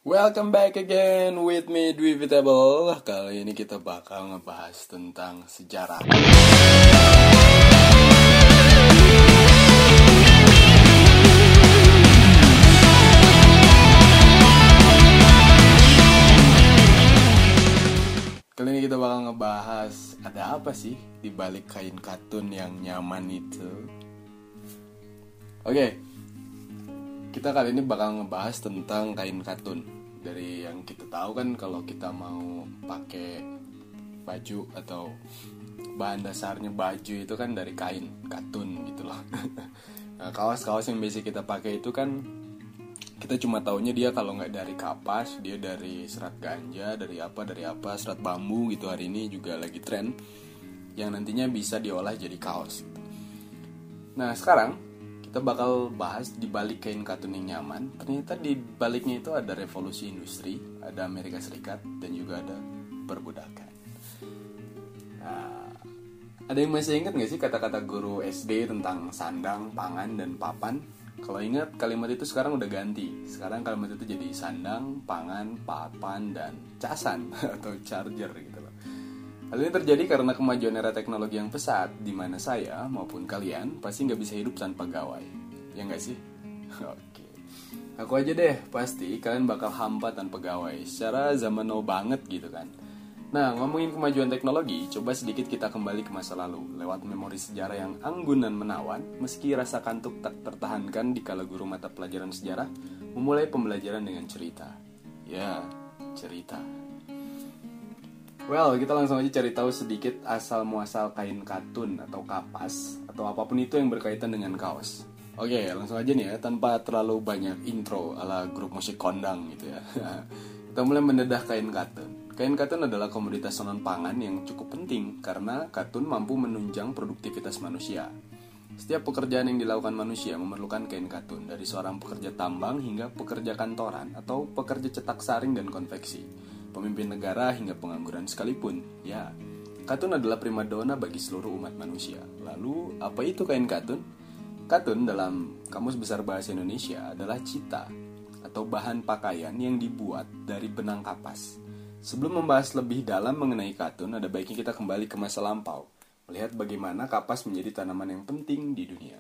Welcome back again with me Dwi Vitable. Kali ini kita bakal ngebahas tentang sejarah. Kali ini kita bakal ngebahas ada apa sih di balik kain katun yang nyaman itu. Oke. Kita kali ini bakal ngebahas tentang kain katun. Dari yang kita tahu kan kalau kita mau pakai baju atau bahan dasarnya baju itu kan dari kain katun gitu loh. Nah, kaos-kaos yang biasa kita pakai itu kan kita cuma taunya dia kalau nggak dari kapas, dia dari serat ganja, dari apa, serat bambu gitu. Hari ini juga lagi tren yang nantinya bisa diolah jadi kaos. Nah sekarang kita bakal bahas di balik kain katun yang nyaman. Ternyata di baliknya itu ada revolusi industri, ada Amerika Serikat, dan juga ada perbudakan. Nah, ada yang masih ingat gak sih kata-kata guru SD tentang sandang, pangan, dan papan? Kalau ingat, kalimat itu sekarang udah ganti. Sekarang kalimat itu jadi sandang, pangan, papan, dan casan atau charger gitu loh. Hal ini terjadi karena kemajuan era teknologi yang pesat, di mana saya maupun kalian pasti nggak bisa hidup tanpa gawai. Ya nggak sih? Oke. Aku aja deh, pasti kalian bakal hampa tanpa gawai. Secara zaman now banget gitu kan. Nah, ngomongin kemajuan teknologi, coba sedikit kita kembali ke masa lalu. Lewat memori sejarah yang anggun dan menawan, meski rasa kantuk tak tertahankan dikala guru mata pelajaran sejarah memulai pembelajaran dengan cerita. Ya, cerita. Well, kita langsung aja cari tahu sedikit asal-muasal kain katun atau kapas atau apapun itu yang berkaitan dengan kaos. Oke, langsung aja nih ya, tanpa terlalu banyak intro ala grup musik kondang gitu ya. Kita mulai mendedah kain katun. Kain katun adalah komoditas non pangan yang cukup penting karena katun mampu menunjang produktivitas manusia. Setiap pekerjaan yang dilakukan manusia memerlukan kain katun, dari seorang pekerja tambang hingga pekerja kantoran atau pekerja cetak saring dan konveksi. Pemimpin negara hingga pengangguran sekalipun. Ya, katun adalah primadona bagi seluruh umat manusia. Lalu, apa itu kain katun? Katun dalam Kamus Besar Bahasa Indonesia adalah cita atau bahan pakaian yang dibuat dari benang kapas. Sebelum membahas lebih dalam mengenai katun, ada baiknya kita kembali ke masa lampau, melihat bagaimana kapas menjadi tanaman yang penting di dunia.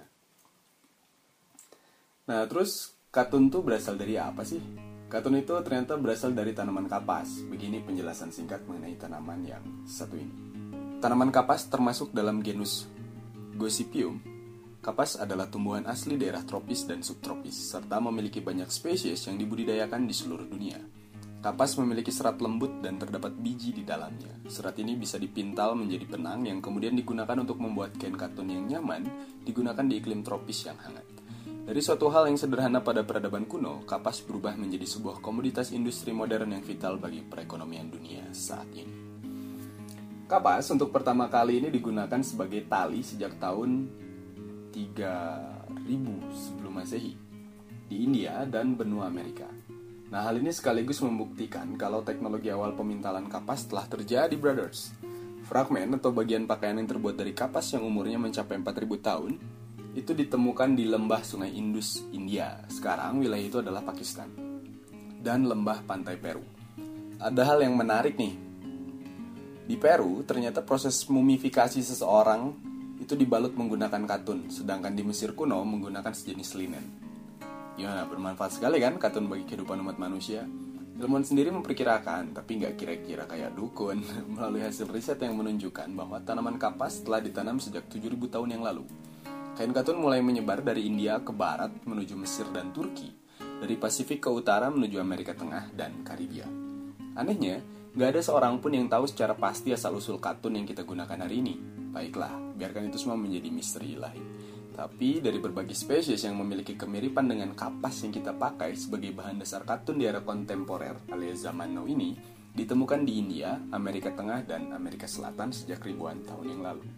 Nah, terus katun tuh berasal dari apa sih? Katun itu ternyata berasal dari tanaman kapas. Begini penjelasan singkat mengenai tanaman yang satu ini. Tanaman kapas termasuk dalam genus Gossypium. Kapas adalah tumbuhan asli daerah tropis dan subtropis, serta memiliki banyak spesies yang dibudidayakan di seluruh dunia. Kapas memiliki serat lembut dan terdapat biji di dalamnya. Serat ini bisa dipintal menjadi benang yang kemudian digunakan untuk membuat kain katun yang nyaman, digunakan di iklim tropis yang hangat. Dari suatu hal yang sederhana pada peradaban kuno, kapas berubah menjadi sebuah komoditas industri modern yang vital bagi perekonomian dunia saat ini. Kapas untuk pertama kali ini digunakan sebagai tali sejak tahun 3000 sebelum Masehi di India dan benua Amerika. Nah, hal ini sekaligus membuktikan kalau teknologi awal pemintalan kapas telah terjadi, brothers. Fragmen atau bagian pakaian yang terbuat dari kapas yang umurnya mencapai 4000 tahun itu ditemukan di lembah Sungai Indus, India. Sekarang wilayah itu adalah Pakistan. Dan lembah pantai Peru. Ada hal yang menarik nih. Di Peru, ternyata proses mumifikasi seseorang itu dibalut menggunakan katun, sedangkan di Mesir kuno menggunakan sejenis linen. Gimana, bermanfaat sekali kan katun bagi kehidupan umat manusia? Ilmuwan sendiri memperkirakan, tapi nggak kira-kira kayak dukun, melalui hasil riset yang menunjukkan bahwa tanaman kapas telah ditanam sejak 7000 tahun yang lalu. Kain katun mulai menyebar dari India ke barat menuju Mesir dan Turki, dari Pasifik ke utara menuju Amerika Tengah dan Karibia. Anehnya, gak ada seorang pun yang tahu secara pasti asal-usul katun yang kita gunakan hari ini. Baiklah, biarkan itu semua menjadi misteri ilahi. Tapi dari berbagai spesies yang memiliki kemiripan dengan kapas yang kita pakai sebagai bahan dasar katun di era kontemporer alias zaman now ini, ditemukan di India, Amerika Tengah, dan Amerika Selatan sejak ribuan tahun yang lalu.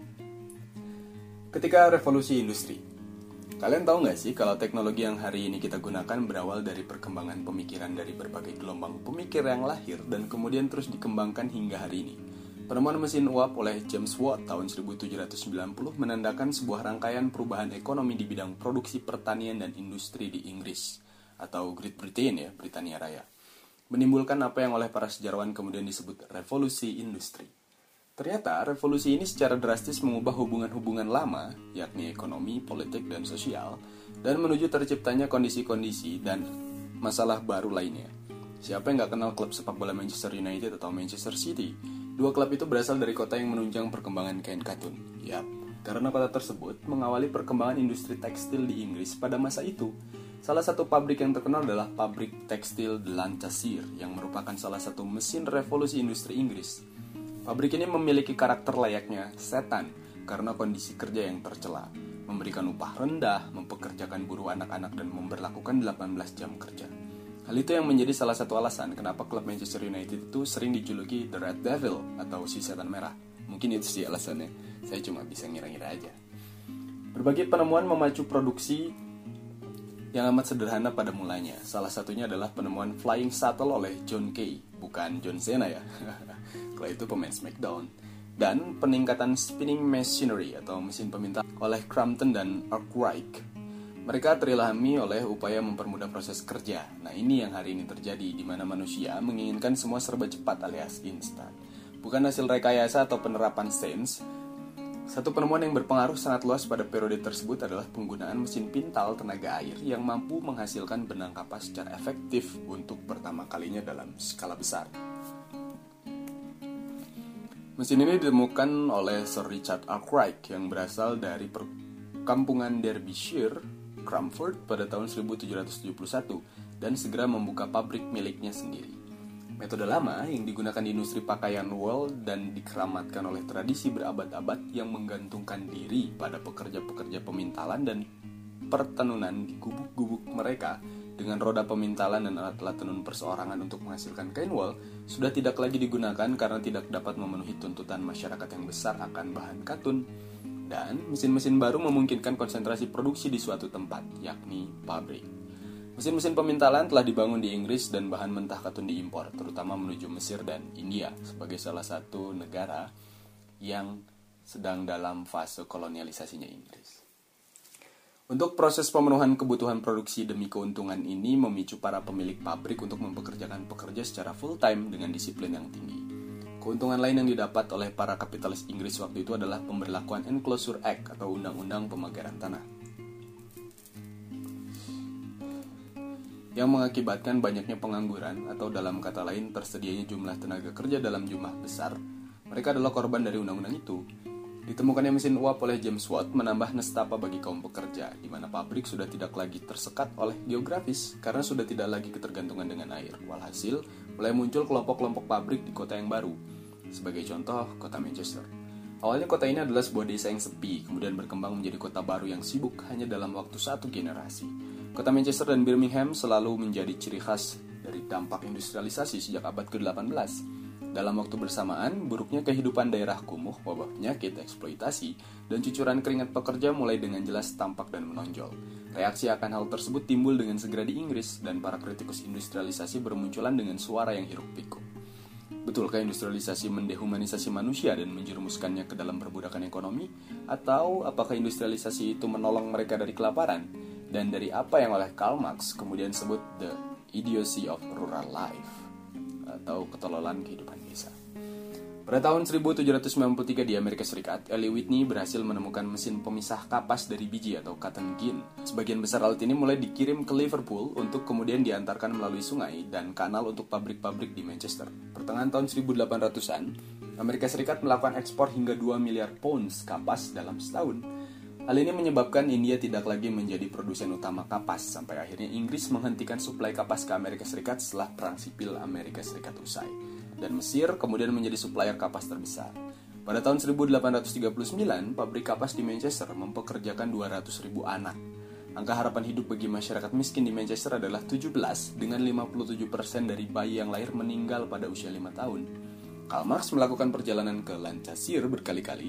Ketika revolusi industri, kalian tahu nggak sih kalau teknologi yang hari ini kita gunakan berawal dari perkembangan pemikiran dari berbagai gelombang pemikir yang lahir dan kemudian terus dikembangkan hingga hari ini. Penemuan mesin uap oleh James Watt tahun 1790 menandakan sebuah rangkaian perubahan ekonomi di bidang produksi pertanian dan industri di Inggris atau Great Britain ya, Britania Raya. menimbulkan apa yang oleh para sejarawan kemudian disebut revolusi industri. Ternyata revolusi ini secara drastis mengubah hubungan-hubungan lama, yakni ekonomi, politik, dan sosial, dan menuju terciptanya kondisi-kondisi dan masalah baru lainnya. Siapa yang gak kenal klub sepak bola Manchester United atau Manchester City? Dua klub itu berasal dari kota yang menunjang perkembangan kain katun. Yap, karena kota tersebut mengawali perkembangan industri tekstil di Inggris pada masa itu. Salah satu pabrik yang terkenal adalah pabrik tekstil de Lancashire, yang merupakan salah satu mesin revolusi industri Inggris. Pabrik ini memiliki karakter layaknya setan karena kondisi kerja yang tercela, memberikan upah rendah, mempekerjakan buruh anak-anak, dan memberlakukan 18 jam kerja. Hal itu yang menjadi salah satu alasan kenapa klub Manchester United itu sering dijuluki The Red Devil atau si setan merah. Mungkin itu sih alasannya, saya cuma bisa ngira-ngira aja. Berbagai penemuan memacu produksi yang amat sederhana pada mulanya. Salah satunya adalah penemuan flying shuttle oleh John Kay, bukan John Cena ya. Kalau itu pemain SmackDown. Dan peningkatan spinning machinery atau mesin pemintal oleh Crampton dan Arkwright. Mereka terilhami oleh upaya mempermudah proses kerja. Nah, ini yang hari ini terjadi, di mana manusia menginginkan semua serba cepat alias instan. Bukan hasil rekayasa atau penerapan sains. Satu penemuan yang berpengaruh sangat luas pada periode tersebut adalah penggunaan mesin pintal tenaga air yang mampu menghasilkan benang kapas secara efektif untuk pertama kalinya dalam skala besar. Mesin ini ditemukan oleh Sir Richard Arkwright yang berasal dari perkampungan Derbyshire, Cromford pada tahun 1771 dan segera membuka pabrik miliknya sendiri. Metode lama yang digunakan di industri pakaian wool dan dikeramatkan oleh tradisi berabad-abad yang menggantungkan diri pada pekerja-pekerja pemintalan dan pertenunan di gubuk-gubuk mereka dengan roda pemintalan dan alat-alat tenun perseorangan untuk menghasilkan kain wool sudah tidak lagi digunakan karena tidak dapat memenuhi tuntutan masyarakat yang besar akan bahan katun. Dan mesin-mesin baru memungkinkan konsentrasi produksi di suatu tempat, yakni pabrik. Mesin-mesin pemintalan telah dibangun di Inggris dan bahan mentah katun diimpor, terutama menuju Mesir dan India sebagai salah satu negara yang sedang dalam fase kolonialisasinya Inggris. Untuk proses pemenuhan kebutuhan produksi demi keuntungan ini memicu para pemilik pabrik untuk mempekerjakan pekerja secara full-time dengan disiplin yang tinggi. Keuntungan lain yang didapat oleh para kapitalis Inggris waktu itu adalah pemberlakuan Enclosure Act atau Undang-Undang Pemagaran Tanah, yang mengakibatkan banyaknya pengangguran atau dalam kata lain tersedianya jumlah tenaga kerja dalam jumlah besar. Mereka adalah korban dari undang-undang itu. Ditemukannya mesin uap oleh James Watt menambah nestapa bagi kaum pekerja, di mana pabrik sudah tidak lagi tersekat oleh geografis karena sudah tidak lagi ketergantungan dengan air. Walhasil, mulai muncul kelompok-kelompok pabrik di kota yang baru. Sebagai contoh, kota Manchester. Awalnya kota ini adalah sebuah desa yang sepi, kemudian berkembang menjadi kota baru yang sibuk hanya dalam waktu satu generasi. Kota Manchester dan Birmingham selalu menjadi ciri khas dari dampak industrialisasi sejak abad ke-18. Dalam waktu bersamaan, buruknya kehidupan daerah kumuh, wabah penyakit, eksploitasi, dan cucuran keringat pekerja mulai dengan jelas tampak dan menonjol. Reaksi akan hal tersebut timbul dengan segera di Inggris, dan para kritikus industrialisasi bermunculan dengan suara yang hiruk-pikuk. Betulkah industrialisasi mendehumanisasi manusia dan menjerumuskannya ke dalam perbudakan ekonomi? Atau apakah industrialisasi itu menolong mereka dari kelaparan? Dan dari apa yang oleh Karl Marx kemudian disebut the idiocy of rural life, atau ketololan kehidupan desa. Pada tahun 1793 di Amerika Serikat, Eli Whitney berhasil menemukan mesin pemisah kapas dari biji atau cotton gin. Sebagian besar alat ini mulai dikirim ke Liverpool untuk kemudian diantarkan melalui sungai dan kanal untuk pabrik-pabrik di Manchester. Pertengahan tahun 1800-an, Amerika Serikat melakukan ekspor hingga 2 miliar pounds kapas dalam setahun. Hal ini menyebabkan India tidak lagi menjadi produsen utama kapas, sampai akhirnya Inggris menghentikan suplai kapas ke Amerika Serikat setelah Perang Sipil Amerika Serikat usai. Dan Mesir kemudian menjadi supplier kapas terbesar. Pada tahun 1839, pabrik kapas di Manchester mempekerjakan 200.000 anak. Angka harapan hidup bagi masyarakat miskin di Manchester adalah 17, dengan 57% dari bayi yang lahir meninggal pada usia 5 tahun. Karl Marx melakukan perjalanan ke Lancashire berkali-kali.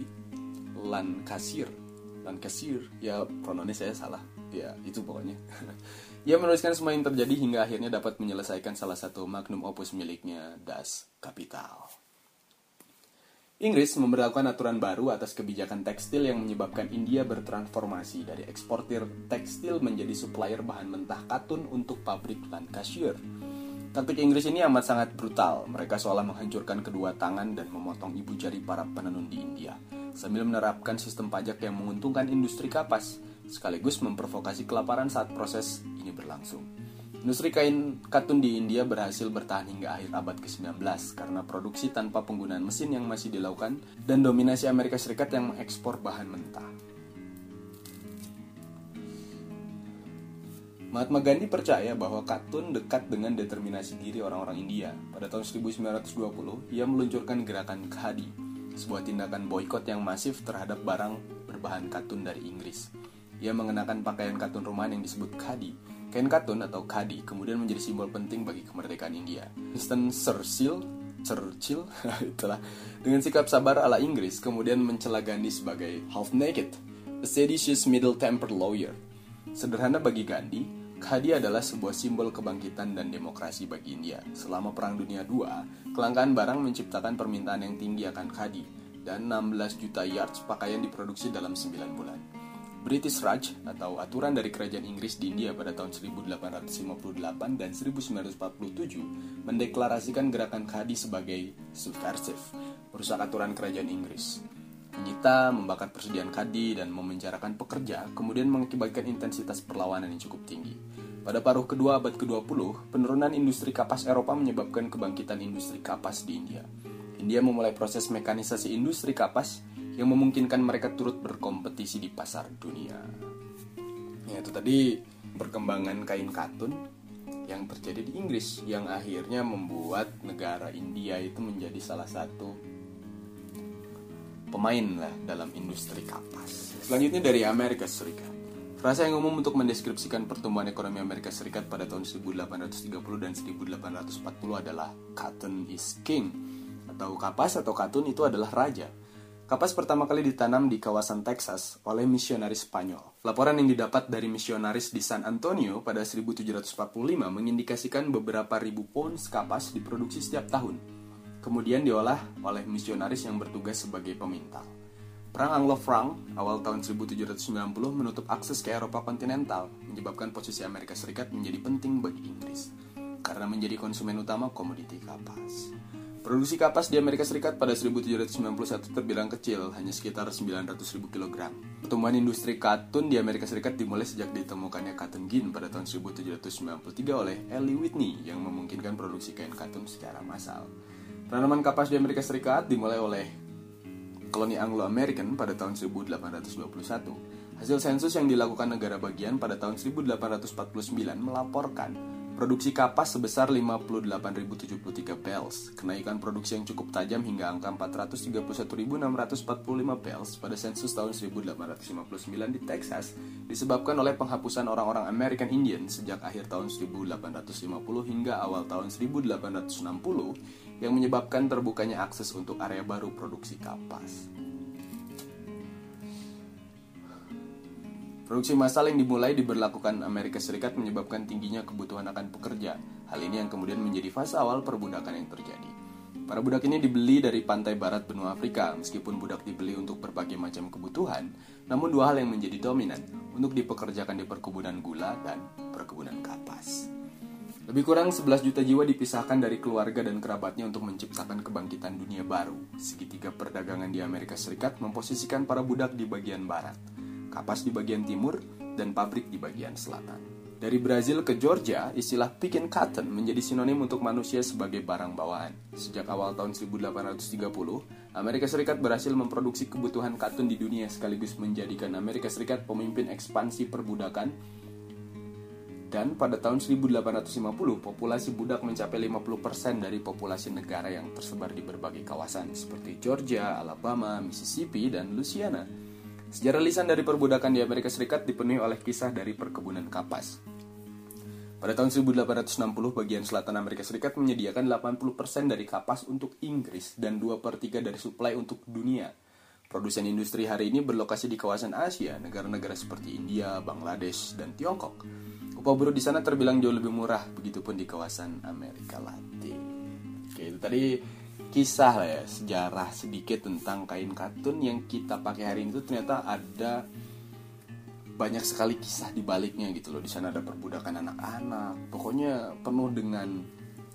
Lancashire, ya prononnya saya salah, ya itu pokoknya. Ia menuliskan semua yang terjadi hingga akhirnya dapat menyelesaikan salah satu magnum opus miliknya, Das Kapital. Inggris memberlakukan aturan baru atas kebijakan tekstil yang menyebabkan India bertransformasi dari eksportir tekstil menjadi supplier bahan mentah katun untuk pabrik Lancashire. Taktik Inggris ini amat sangat brutal. Mereka seolah menghancurkan kedua tangan dan memotong ibu jari para penenun di India, sambil menerapkan sistem pajak yang menguntungkan industri kapas, sekaligus memprovokasi kelaparan saat proses ini berlangsung. Industri kain katun di India berhasil bertahan hingga akhir abad ke-19 karena produksi tanpa penggunaan mesin yang masih dilakukan dan dominasi Amerika Serikat yang mengekspor bahan mentah. Mahatma Gandhi percaya bahwa katun dekat dengan determinasi diri orang-orang India. Pada tahun 1920, ia meluncurkan gerakan Khadi, sebuah tindakan boikot yang masif terhadap barang berbahan katun dari Inggris. Ia mengenakan pakaian katun rumahan yang disebut Khadi. Kain katun atau Khadi kemudian menjadi simbol penting bagi kemerdekaan India. Winston Churchill itulah, dengan sikap sabar ala Inggris, kemudian mencela Gandhi sebagai half-naked, a seditious middle-tempered lawyer. Sederhana bagi Gandhi, Khadi adalah sebuah simbol kebangkitan dan demokrasi bagi India. Selama Perang Dunia II, kelangkaan barang menciptakan permintaan yang tinggi akan Khadi, dan 16 juta yards pakaian diproduksi dalam 9 bulan. British Raj atau aturan dari kerajaan Inggris di India pada tahun 1858 dan 1947 mendeklarasikan gerakan Khadi sebagai subversive, merusak aturan kerajaan Inggris. Menyita, membakar persediaan Khadi, dan memenjarakan pekerja, kemudian mengakibatkan intensitas perlawanan yang cukup tinggi. Pada paruh kedua abad ke-20, penurunan industri kapas Eropa menyebabkan kebangkitan industri kapas di India. India memulai proses mekanisasi industri kapas yang memungkinkan mereka turut berkompetisi di pasar dunia. Ya, itu tadi perkembangan kain katun yang terjadi di Inggris, yang akhirnya membuat negara India itu menjadi salah satu pemain lah dalam industri kapas. Selanjutnya dari Amerika Serikat. Frasa yang umum untuk mendeskripsikan pertumbuhan ekonomi Amerika Serikat pada tahun 1830 dan 1840 adalah cotton is king, atau kapas atau katun itu adalah raja. Kapas pertama kali ditanam di kawasan Texas oleh misionaris Spanyol. Laporan yang didapat dari misionaris di San Antonio pada 1745 mengindikasikan beberapa ribu pounds kapas diproduksi setiap tahun. Kemudian diolah oleh misionaris yang bertugas sebagai pemintal. Perang Anglo-Frank awal tahun 1790 menutup akses ke Eropa kontinental, menyebabkan posisi Amerika Serikat menjadi penting bagi Inggris, karena menjadi konsumen utama komoditi kapas. Produksi kapas di Amerika Serikat pada 1791 terbilang kecil, hanya sekitar 900.000 kg. Pertumbuhan industri katun di Amerika Serikat dimulai sejak ditemukannya cotton gin pada tahun 1793 oleh Eli Whitney yang memungkinkan produksi kain katun secara massal. Penanaman kapas di Amerika Serikat dimulai oleh koloni Anglo-American pada tahun 1821. Hasil sensus yang dilakukan negara bagian pada tahun 1849 melaporkan produksi kapas sebesar 58.073 bales, kenaikan produksi yang cukup tajam hingga angka 431.645 bales pada sensus tahun 1859 di Texas disebabkan oleh penghapusan orang-orang American Indian sejak akhir tahun 1850 hingga awal tahun 1860 yang menyebabkan terbukanya akses untuk area baru produksi kapas. Produksi massal yang dimulai diberlakukan Amerika Serikat menyebabkan tingginya kebutuhan akan pekerja. Hal ini yang kemudian menjadi fase awal perbudakan yang terjadi. Para budak ini dibeli dari pantai barat benua Afrika. Meskipun budak dibeli untuk berbagai macam kebutuhan, namun dua hal yang menjadi dominan untuk dipekerjakan di perkebunan gula dan perkebunan kapas. Lebih kurang 11 juta jiwa dipisahkan dari keluarga dan kerabatnya untuk menciptakan kebangkitan dunia baru. Segitiga perdagangan di Amerika Serikat memposisikan para budak di bagian barat, kapas di bagian timur, dan pabrik di bagian selatan. Dari Brazil ke Georgia, istilah picking cotton menjadi sinonim untuk manusia sebagai barang bawaan. Sejak awal tahun 1830, Amerika Serikat berhasil memproduksi kebutuhan katun di dunia sekaligus menjadikan Amerika Serikat pemimpin ekspansi perbudakan. Dan pada tahun 1850, populasi budak mencapai 50% dari populasi negara yang tersebar di berbagai kawasan seperti Georgia, Alabama, Mississippi, dan Louisiana. Sejarah lisan dari perbudakan di Amerika Serikat dipenuhi oleh kisah dari perkebunan kapas. Pada tahun 1860, bagian selatan Amerika Serikat menyediakan 80% dari kapas untuk Inggris dan 2/3 dari suplai untuk dunia. Produsen industri hari ini berlokasi di kawasan Asia, negara-negara seperti India, Bangladesh, dan Tiongkok. Upah buruh di sana terbilang jauh lebih murah, begitupun di kawasan Amerika Latin. Oke, itu tadi kisah lah ya, sejarah sedikit tentang kain katun yang kita pakai hari ini. Itu ternyata ada banyak sekali kisah di baliknya gitu loh. Di sana ada perbudakan anak-anak, pokoknya penuh dengan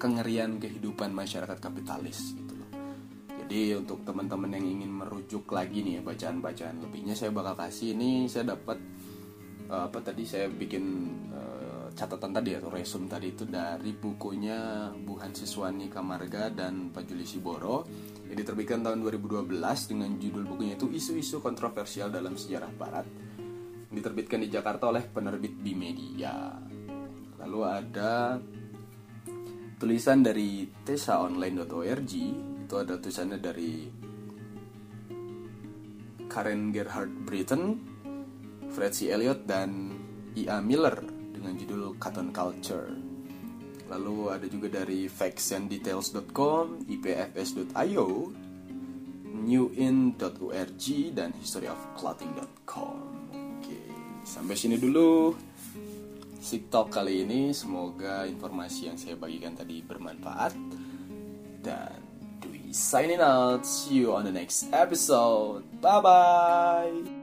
kengerian kehidupan masyarakat kapitalis gitu loh. Jadi untuk teman-teman yang ingin merujuk lagi nih ya, bacaan-bacaan lebihnya saya bakal kasih. Ini saya dapat saya bikin catatan tadi atau resume tadi itu dari bukunya Bu Hansiswani Kamarga dan Pak Juli Siboro. Jadi diterbitkan tahun 2012 dengan judul bukunya itu Isu-isu Kontroversial dalam Sejarah Barat. Diterbitkan di Jakarta oleh penerbit Bimedia. Lalu ada tulisan dari tesaonline.org, itu ada tulisannya dari Karen Gerhard Britton, Fred C. Elliott, dan I.A. Miller dengan judul Cotton Culture. Lalu ada juga dari factsanddetails.com, ipfs.io, newin.org, dan historyofclothing.com. Oke, sampai sini dulu Siktalk kali ini. Semoga informasi yang saya bagikan tadi bermanfaat. Dan Dwi signing out. See you on the next episode. Bye-bye.